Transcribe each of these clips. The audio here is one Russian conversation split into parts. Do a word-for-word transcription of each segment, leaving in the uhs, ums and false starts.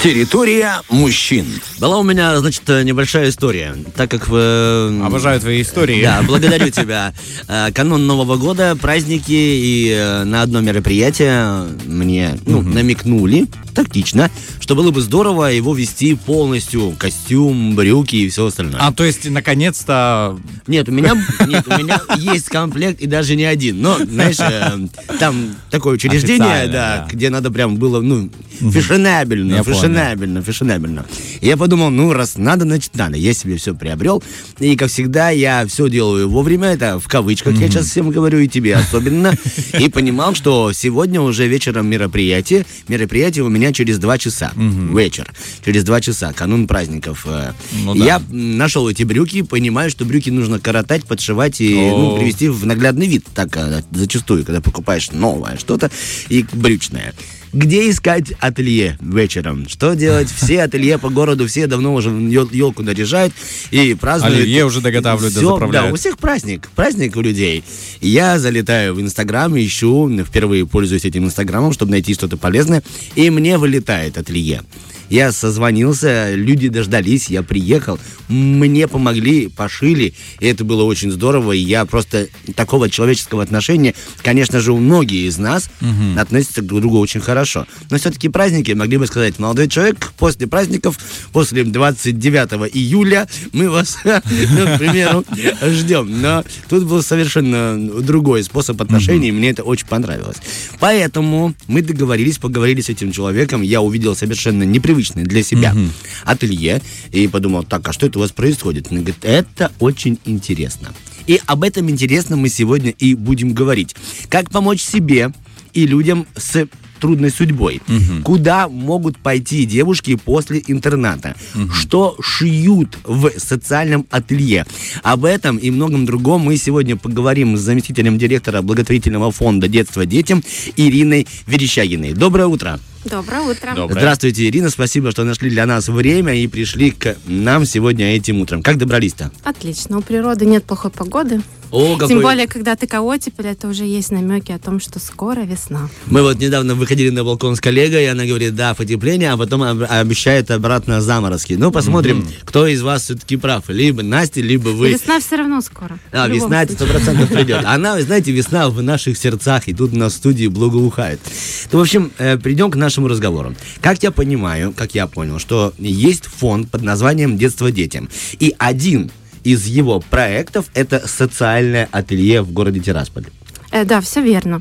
Территория мужчин. Была у меня, значит, небольшая история. Так как... Э, Обожаю твои истории. Да, благодарю тебя. Э, канун Нового года, праздники, и э, на одно мероприятие мне ну, угу. намекнули, тактично, что было бы здорово его вести полностью. Костюм, брюки и все остальное. А, то есть, наконец-то... Нет, у меня, нет, у меня есть комплект, и даже не один. Но, знаешь, э, там такое учреждение, да, да, где надо прям было, ну, фешенебельно, фешенебельно, фешенебельно. И я подумал, ну, раз надо, значит, надо. Я себе все приобрел. И, как всегда, я все делаю вовремя. Это в кавычках, mm-hmm. я сейчас всем говорю, и тебе особенно. И понимал, что сегодня уже вечером мероприятие. Мероприятие у меня через два часа. Mm-hmm. Вечер. Через два часа. Канун праздников. Ну, да. Я нашел эти брюки, понимаю, что брюки нужно коротать, подшивать и oh. ну, привести в наглядный вид. Так зачастую, когда покупаешь новое что-то и брючное. Где искать ателье вечером? Что делать? Все ателье по городу, все давно уже елку наряжают и празднуют. Оливье уже доготавливают, да, заправляют. Да, у всех праздник. Праздник у людей. Я залетаю в Инстаграм, ищу, впервые пользуюсь этим Инстаграмом, чтобы найти что-то полезное, и мне вылетает ателье. Я созвонился, люди дождались, я приехал, мне помогли, пошили, и это было очень здорово, и я просто такого человеческого отношения, конечно же, у многих из нас угу. относятся друг к другу очень хорошо. Но все-таки праздники, могли бы сказать, молодой человек, после праздников, после двадцать девятого июля мы вас, к примеру, ждем. Но тут был совершенно другой способ отношений, и мне это очень понравилось. Поэтому мы договорились, поговорили с этим человеком, я увидел совершенно непривычный для себя mm-hmm. ателье, и подумал, так, а что это у вас происходит? Он говорит, это очень интересно. И об этом интересном мы сегодня и будем говорить. Как помочь себе и людям с трудной судьбой. Угу. Куда могут пойти девушки после интерната? Угу. Что шьют в социальном ателье? Об этом и многом другом мы сегодня поговорим с заместителем директора благотворительного фонда «Детство детям» Ириной Верещагиной. Доброе утро. Доброе утро. Доброе. Здравствуйте, Ирина. Спасибо, что нашли для нас время и пришли к нам сегодня этим утром. Как добрались-то? Отлично. У природы нет плохой погоды. О, какой... Тем более, когда такая оттепель, это уже есть намеки о том, что скоро весна. Мы вот недавно выходили на балкон с коллегой, и она говорит, да, потепление, а потом обещает обратно заморозки. Ну, посмотрим, mm-hmm. кто из вас все-таки прав. Либо Настя, либо вы. Весна все равно скоро. А, весна это сто процентов придет. Она, вы знаете, весна в наших сердцах, и тут у нас в студии благоухает. Ну, в общем, придем к нашему разговору. Как я понимаю, как я понял, что есть фонд под названием «Детство детям». И один из его проектов – это социальное ателье в городе Тирасполь. Да, все верно.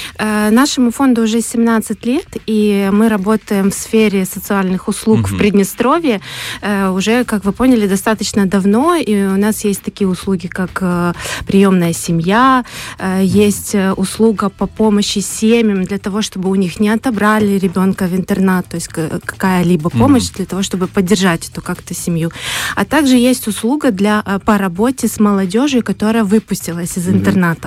Нашему фонду уже семнадцать лет, и мы работаем в сфере социальных услуг uh-huh. в Приднестровье уже, как вы поняли, достаточно давно, и у нас есть такие услуги, как приемная семья, есть услуга по помощи семьям для того, чтобы у них не отобрали ребенка в интернат, то есть какая-либо помощь uh-huh. для того, чтобы поддержать эту как-то семью. А также есть услуга для, по работе с молодежью, которая выпустилась из uh-huh. интерната.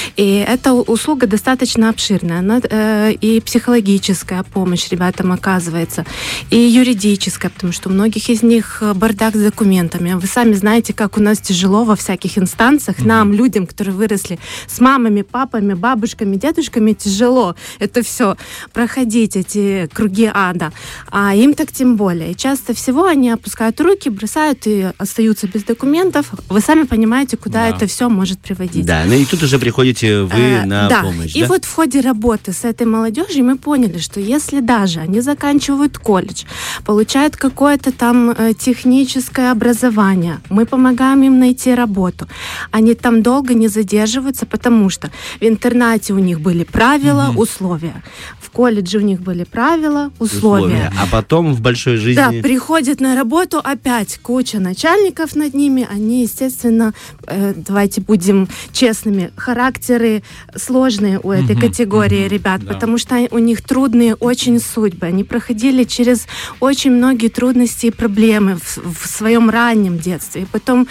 И эта услуга достаточно обширная. Она, э, и психологическая помощь ребятам оказывается, и юридическая, потому что у многих из них бардак с документами. Вы сами знаете, как у нас тяжело во всяких инстанциях. Mm-hmm. Нам, людям, которые выросли с мамами, папами, бабушками, дедушками, тяжело это все проходить, эти круги ада. А им так тем более. И часто всего они опускают руки, бросают и остаются без документов. Вы сами понимаете, куда да. это все может приводить. Да, ну и тут уже приходите вы на да. помощь, И да? вот в ходе работы с этой молодежью мы поняли, что если даже они заканчивают колледж, получают какое-то там э, техническое образование, мы помогаем им найти работу, они там долго не задерживаются, потому что в интернате у них были правила, угу. условия, в колледже у них были правила, условия. условия. А потом в большой жизни... Да, приходят на работу, опять куча начальников над ними, они, естественно, э, давайте будем честными, характеры сложные у этой uh-huh, категории uh-huh, ребят, да. потому что у них трудные очень судьбы. Они проходили через очень многие трудности и проблемы в, в своем раннем детстве, и потом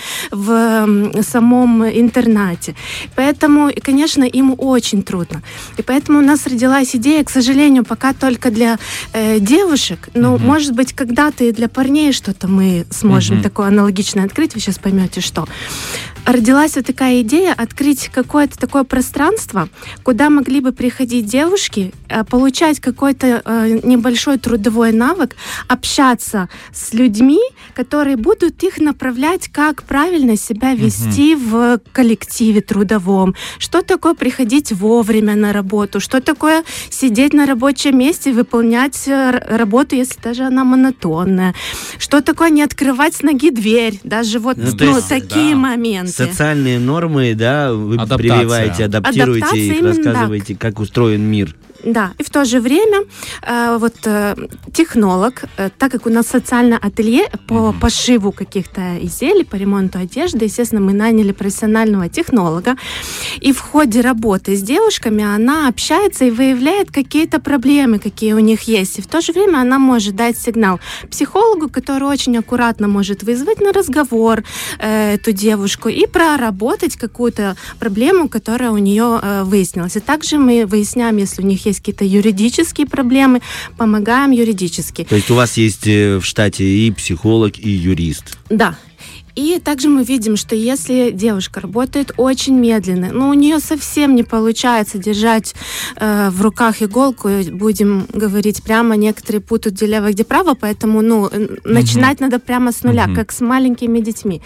в самом интернате. Поэтому, конечно, им очень трудно. И поэтому у нас родилась идея, к сожалению, пока только для э, девушек, но, uh-huh. может быть, когда-то и для парней что-то мы сможем uh-huh. такое аналогичное открыть, вы сейчас поймете, что. родилась вот такая идея открыть какое-то такое пространство, куда могли бы приходить девушки, получать какой-то небольшой трудовой навык, общаться с людьми, которые будут их направлять, как правильно себя вести uh-huh. в коллективе трудовом, что такое приходить вовремя на работу, что такое сидеть на рабочем месте и выполнять работу, если даже она монотонная, что такое не открывать с ноги дверь, даже вот ну, ну, есть, такие да. моменты. Социальные нормы, да, вы Адаптация. прививаете, адаптируете Адаптация, их, рассказываете, так. как устроен мир. Да, и в то же время э, вот э, технолог, э, так как у нас социальное ателье по mm-hmm. пошиву каких-то изделий, по ремонту одежды, естественно, мы наняли профессионального технолога, и в ходе работы с девушками она общается и выявляет какие-то проблемы, какие у них есть, и в то же время она может дать сигнал психологу, который очень аккуратно может вызвать на разговор э, эту девушку и проработать какую-то проблему, которая у нее э, выяснилась. И также мы выясняем, если у них есть какие-то юридические проблемы, помогаем юридически. То есть у вас есть в штате и психолог, и юрист? Да. И также мы видим, что если девушка работает очень медленно, но у нее совсем не получается держать э, в руках иголку, будем говорить прямо, некоторые путают где лево, где право, поэтому ну, uh-huh. начинать надо прямо с нуля, uh-huh. как с маленькими детьми,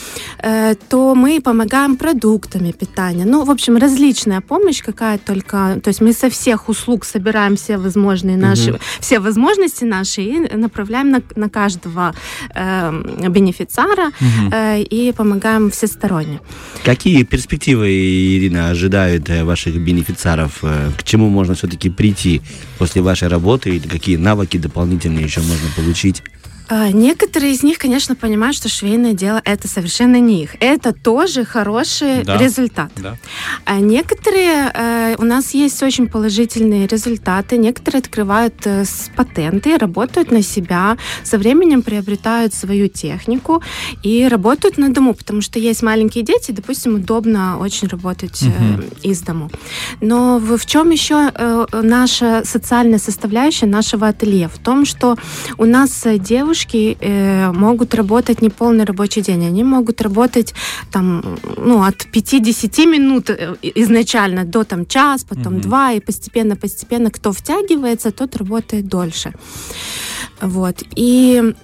э, то мы помогаем продуктами питания. Ну, в общем, различная помощь какая только, то есть мы со всех услуг собираем все возможные наши, uh-huh. все возможности наши и направляем на, на каждого э, бенефициара, uh-huh. и помогаем всесторонне. Какие перспективы, Ирина, ожидают ваших бенефициаров? К чему можно все-таки прийти после вашей работы? И какие навыки дополнительные еще можно получить? Некоторые из них, конечно, понимают, что швейное дело – это совершенно не их. Это тоже хороший да. результат. Да. А некоторые, э, у нас есть очень положительные результаты. Некоторые открывают э, патенты, работают на себя, со временем приобретают свою технику и работают на дому, потому что есть маленькие дети, допустим, удобно очень работать э, угу. из дому. Но в, в чем еще э, наша социальная составляющая нашего ателье? В том, что у нас девушки Девушки э, могут работать не полный рабочий день, они могут работать там, ну, от пяти-десяти минут изначально до там, час, потом mm-hmm. два, и постепенно-постепенно кто втягивается, тот работает дольше. Вот. И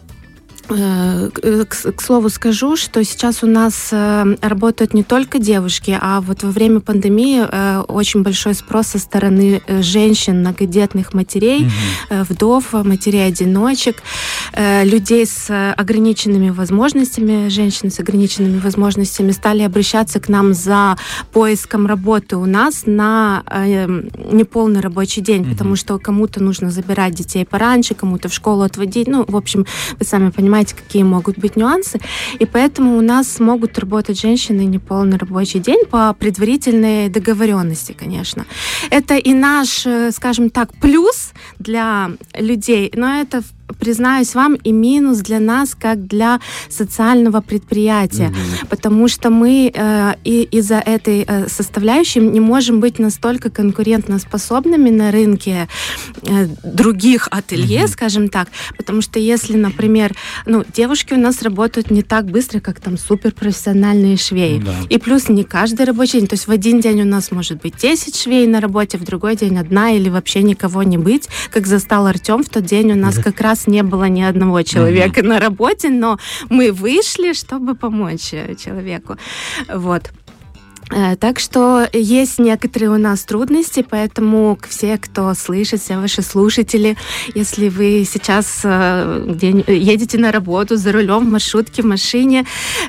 К, к слову скажу, что сейчас у нас э, работают не только девушки, а вот во время пандемии э, очень большой спрос со стороны э, женщин, многодетных матерей, mm-hmm. э, вдов, матерей-одиночек, э, людей с ограниченными возможностями, женщины с ограниченными возможностями стали обращаться к нам за поиском работы у нас на э, неполный рабочий день, mm-hmm. потому что кому-то нужно забирать детей пораньше, кому-то в школу отводить. Ну, в общем, вы сами понимаете, какие могут быть нюансы, и поэтому у нас могут работать женщины неполный рабочий день по предварительной договоренности, конечно. Это и наш, скажем так, плюс для людей, но это, признаюсь вам, и минус для нас, как для социального предприятия, mm-hmm. потому что мы э, и, из-за этой э, составляющей не можем быть настолько конкурентоспособными на рынке э, других ателье, mm-hmm. скажем так, потому что если, например, ну, девушки у нас работают не так быстро, как там суперпрофессиональные швеи, mm-hmm. и плюс не каждый рабочий день, то есть в один день у нас может быть десять швей на работе, в другой день одна или вообще никого не быть, как застал Артем, в тот день у нас mm-hmm. как раз не было ни одного человека mm-hmm. на работе, но мы вышли, чтобы помочь человеку. Вот. Так что есть некоторые у нас трудности, поэтому все, кто слышит, все ваши слушатели, если вы сейчас где едете на работу за рулем, в маршрутке, в машине,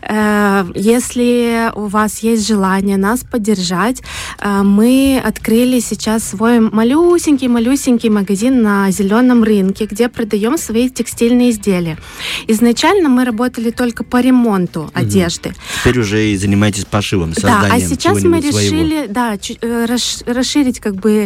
если у вас есть желание нас поддержать, мы открыли сейчас свой малюсенький-малюсенький магазин на Зеленом рынке, где продаем свои текстильные изделия. Изначально мы работали только по ремонту одежды. Теперь уже и занимаетесь пошивом, созданием. Да, а сейчас мы решили, своего. да, ч- расш- расширить как бы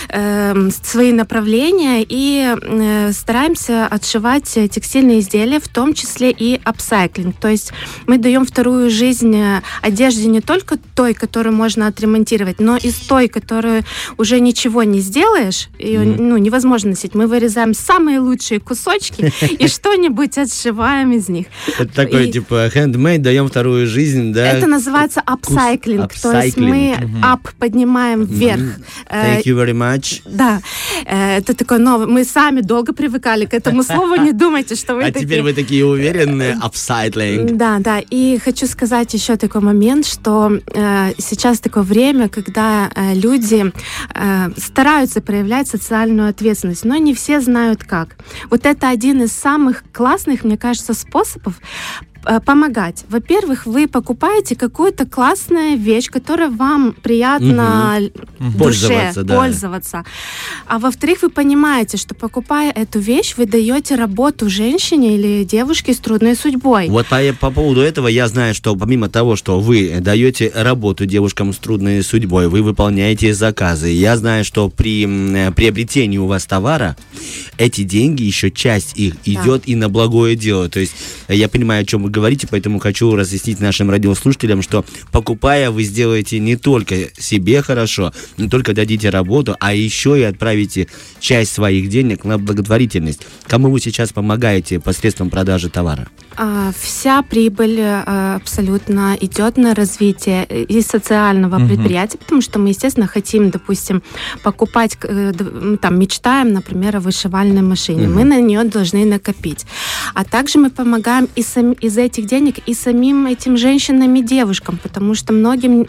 э, свои направления и э, стараемся отшивать текстильные изделия, в том числе и апсайклинг. То есть мы даем вторую жизнь одежде не только той, которую можно отремонтировать, но и с той, которую уже ничего не сделаешь, ее mm-hmm. ну, невозможно носить. Мы вырезаем самые лучшие кусочки и что-нибудь отшиваем из них. Это такой, типа, handmade, даем вторую жизнь, да? Это называется апсайклинг. То есть мы ап поднимаем вверх. Thank you very much. Да. Это такое новое. Мы сами долго привыкали к этому слову, не думайте, что вы а такие... А теперь вы такие уверенные, апсайклинг. Да, да. И хочу сказать еще такой момент, что э, сейчас такое время, когда э, люди э, стараются проявлять социальную ответственность, но не все знают как. Вот это один из самых классных, мне кажется, способов помогать. Во-первых, вы покупаете какую-то классную вещь, которая вам приятно угу. душе пользоваться, да. пользоваться. А во-вторых, вы понимаете, что покупая эту вещь, вы даете работу женщине или девушке с трудной судьбой. Вот по, по поводу этого я знаю, что помимо того, что вы даете работу девушкам с трудной судьбой, вы выполняете заказы. Я знаю, что при приобретении у вас товара эти деньги, еще часть их да. идет и на благое дело. То есть я понимаю, о чем вы говорите, поэтому хочу разъяснить нашим радиослушателям, что покупая, вы сделаете не только себе хорошо, не только дадите работу, а еще и отправите часть своих денег на благотворительность. Кому вы сейчас помогаете посредством продажи товара? А, вся прибыль а, абсолютно идет на развитие и социального угу. предприятия, потому что мы, естественно, хотим, допустим, покупать, там, мечтаем, например, о вышивальной машине. Угу. Мы на нее должны накопить. А также мы помогаем и сам, из этих денег и самим этим женщинам и девушкам, потому что многим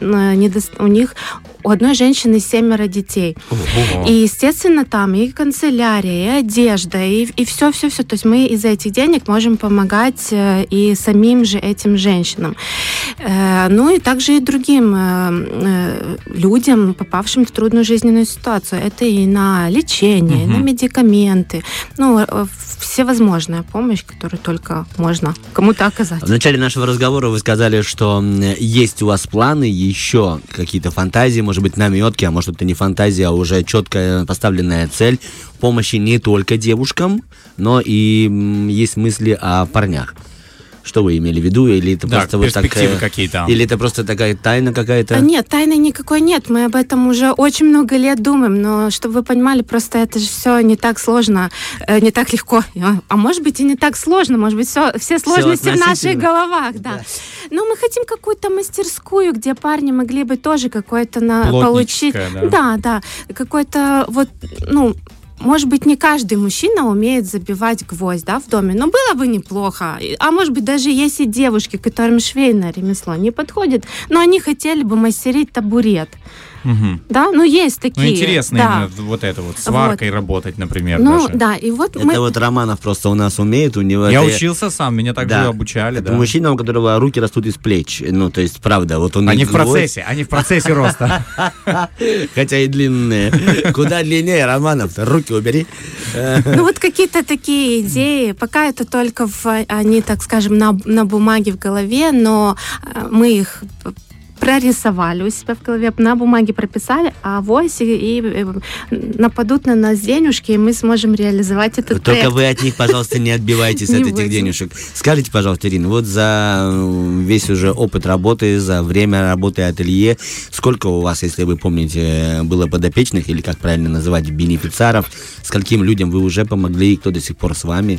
у них у одной женщины семеро детей. Ого. И, естественно, там и канцелярия, и одежда, и, и все-все-все. То есть мы из этих денег можем помогать и самим же этим женщинам. Ну и также и другим людям, попавшим в трудную жизненную ситуацию. Это и на лечение, угу. и на медикаменты. Ну, всевозможная помощь, которую только можно кому-то оказать. В начале нашего разговора вы сказали, что есть у вас планы, еще какие-то фантазии, может быть, наметки, а может, это не фантазия, а уже четкая поставленная цель помощи не только девушкам, но и есть мысли о парнях. Что вы имели в виду? Или это да, просто вот так, какие-то. Или это просто такая тайна какая-то? А нет, тайны никакой нет. Мы об этом уже очень много лет думаем, но чтобы вы понимали, просто это же все не так сложно, не так легко. А может быть и не так сложно, может быть все, все сложности все в наших головах. Да. Да. Но мы хотим какую-то мастерскую, где парни могли бы тоже какой-то на, получить. Да. да, да. Какой-то вот, ну... Может быть, не каждый мужчина умеет забивать гвоздь, да, в доме, но было бы неплохо. А может быть, даже есть и девушки, которым швейное ремесло не подходит, но они хотели бы мастерить табурет. Угу. Да, ну есть такие. Ну интересно да. именно вот это вот, сваркой вот. Работать, например. Ну даже. да, и вот это мы... вот Романов просто у нас умеет, у него... Я это... учился сам, меня так да. же обучали. Это да. мужчина, у которого руки растут из плеч, ну то есть правда, вот он... Они в процессе, они в процессе роста. Хотя и длинные. Куда длиннее, Романов, руки убери. Ну вот какие-то такие идеи, пока это только в, они, так скажем, на, на бумаге в голове, но мы их прорисовали у себя в голове, на бумаге прописали, а вось и, и нападут на нас денежки, и мы сможем реализовать этот Только проект. Только вы от них, пожалуйста, не отбивайтесь от этих денежек. Скажите, пожалуйста, Ирина, вот за весь уже опыт работы, за время работы ателье, сколько у вас, если вы помните, было подопечных, или как правильно называть, бенефициаров, скольким людям вы уже помогли, и кто до сих пор с вами?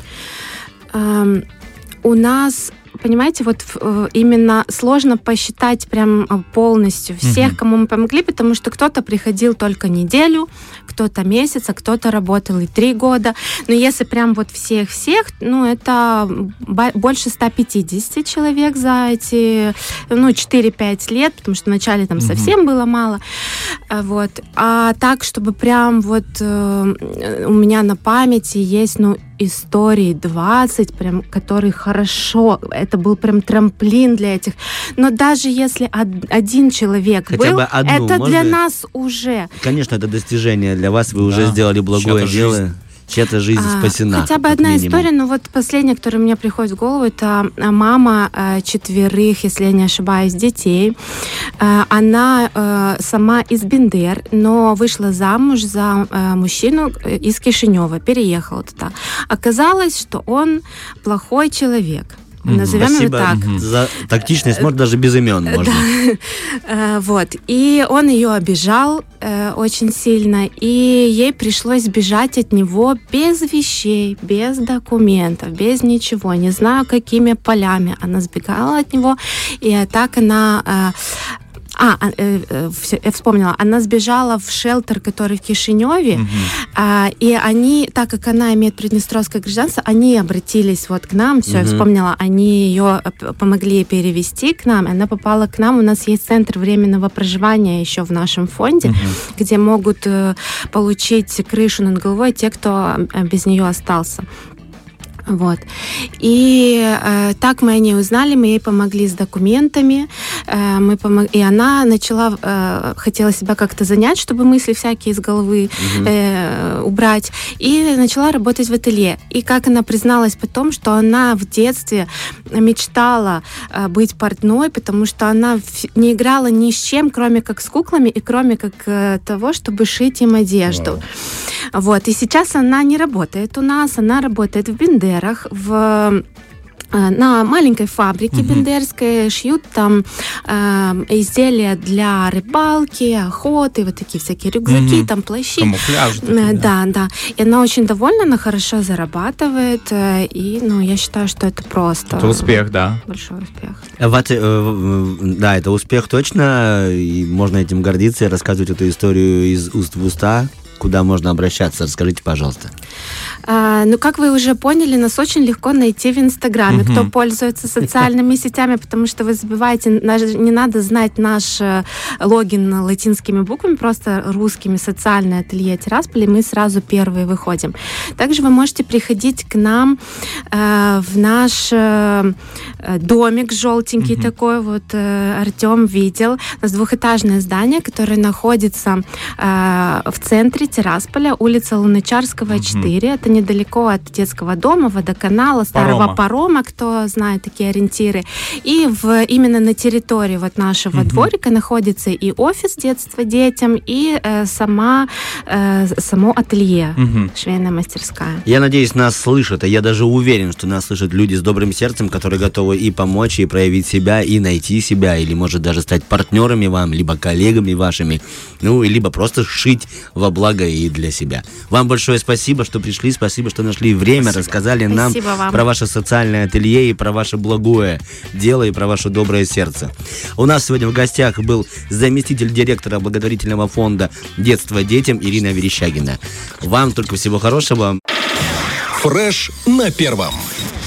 Um, у нас... Понимаете, вот именно сложно посчитать прям полностью всех, uh-huh. кому мы помогли, потому что кто-то приходил только неделю, кто-то месяц, а кто-то работал и три года. Но если прям вот всех-всех, ну, это больше ста пятидесяти человек за эти, ну, четыре-пять лет, потому что вначале там uh-huh. совсем было мало. Вот. А так, чтобы прям вот э, у меня на памяти есть, ну, истории двадцать, прям, которые хорошо, это был прям трамплин для этих. Но даже если од- один человек хотя был, бы одну, это можно? Для нас уже. Конечно, это достижение для вас, вы да, уже сделали благое дело. чья-то жизнь А, спасена. Хотя бы как одна минимум. история, но вот последняя, которая мне приходит в голову, это мама э, четверых, если я не ошибаюсь, детей. Э, она э, сама из Бендер, но вышла замуж за э, мужчину из Кишинева, переехала туда. Оказалось, что он плохой человек. Назовем Спасибо его так. за тактичность, может, даже без имен можно. Э, Вот. И он ее обижал э, очень сильно, и ей пришлось бежать от него без вещей, без документов, без ничего. Не знаю, какими полями она сбегала от него, и так она... э, А, э, э, всё, я вспомнила. Она сбежала в шелтер, который в Кишиневе, Мгм. а, и они, так как она имеет приднестровское гражданство, они обратились вот к нам, все, я Мгм. вспомнила, они ее э, помогли ей перевести к нам, и она попала к нам. У нас есть центр временного проживания еще в нашем фонде, Мгм. где могут э, получить крышу над головой те, кто э, без нее остался. Вот. И э, так мы о ней узнали, мы ей помогли с документами, э, мы помог... и она начала, э, хотела себя как-то занять, чтобы мысли всякие из головы э, убрать, и начала работать в ателье. И как она призналась потом, что она в детстве мечтала э, быть портной, потому что она в- не играла ни с чем, кроме как с куклами и кроме как э, того, чтобы шить им одежду. Вау. Вот. И сейчас она не работает у нас, она работает в Бендерах, в э, на маленькой фабрике Мгм. бендерской, шьют там э, изделия для рыбалки, охоты, вот такие всякие рюкзаки, Мгм. там плащи. Камуфляж. такие, Э, да. Да, да. И она очень довольна, она хорошо зарабатывает, э, и, ну, я считаю, что это просто Это успех, да. большой успех. В ате- э, в- Да, это успех точно, и можно этим гордиться и рассказывать эту историю из уст в уста. Куда можно обращаться? Расскажите, пожалуйста. А, ну, как вы уже поняли, нас очень легко найти в Инстаграме, Мгм. кто пользуется социальными сетями, потому что вы забываете, даже не надо знать наш э, логин латинскими буквами, просто русскими, социальное ателье Тирасполь, и мы сразу первые выходим. Также вы можете приходить к нам э, в наш э, э, домик желтенький Мгм. такой, вот э, Артем видел. У нас двухэтажное здание, которое находится э, в центре Тирасполя, улица Луначарского, Мгм. четыре. Это недалеко от детского дома, водоканала, старого Парома. парома, кто знает такие ориентиры. И в, именно на территории вот нашего Мгм. дворика находится и офис детства детям, и э, сама, э, само ателье, Мгм. швейная мастерская. Я надеюсь, нас слышат, и я даже уверен, что нас слышат люди с добрым сердцем, которые готовы и помочь, и проявить себя, и найти себя, или, может, даже стать партнерами вам, либо коллегами вашими, ну, и либо просто шить во благо и для себя. Вам большое спасибо, что пришли, спасибо, что нашли время, Спасибо. рассказали нам Спасибо вам. про ваше социальное ателье и про ваше благое дело, и про ваше доброе сердце. У нас сегодня в гостях был заместитель директора благотворительного фонда «Детство детям» Ирина Верещагина. Вам только всего хорошего. Фреш на первом.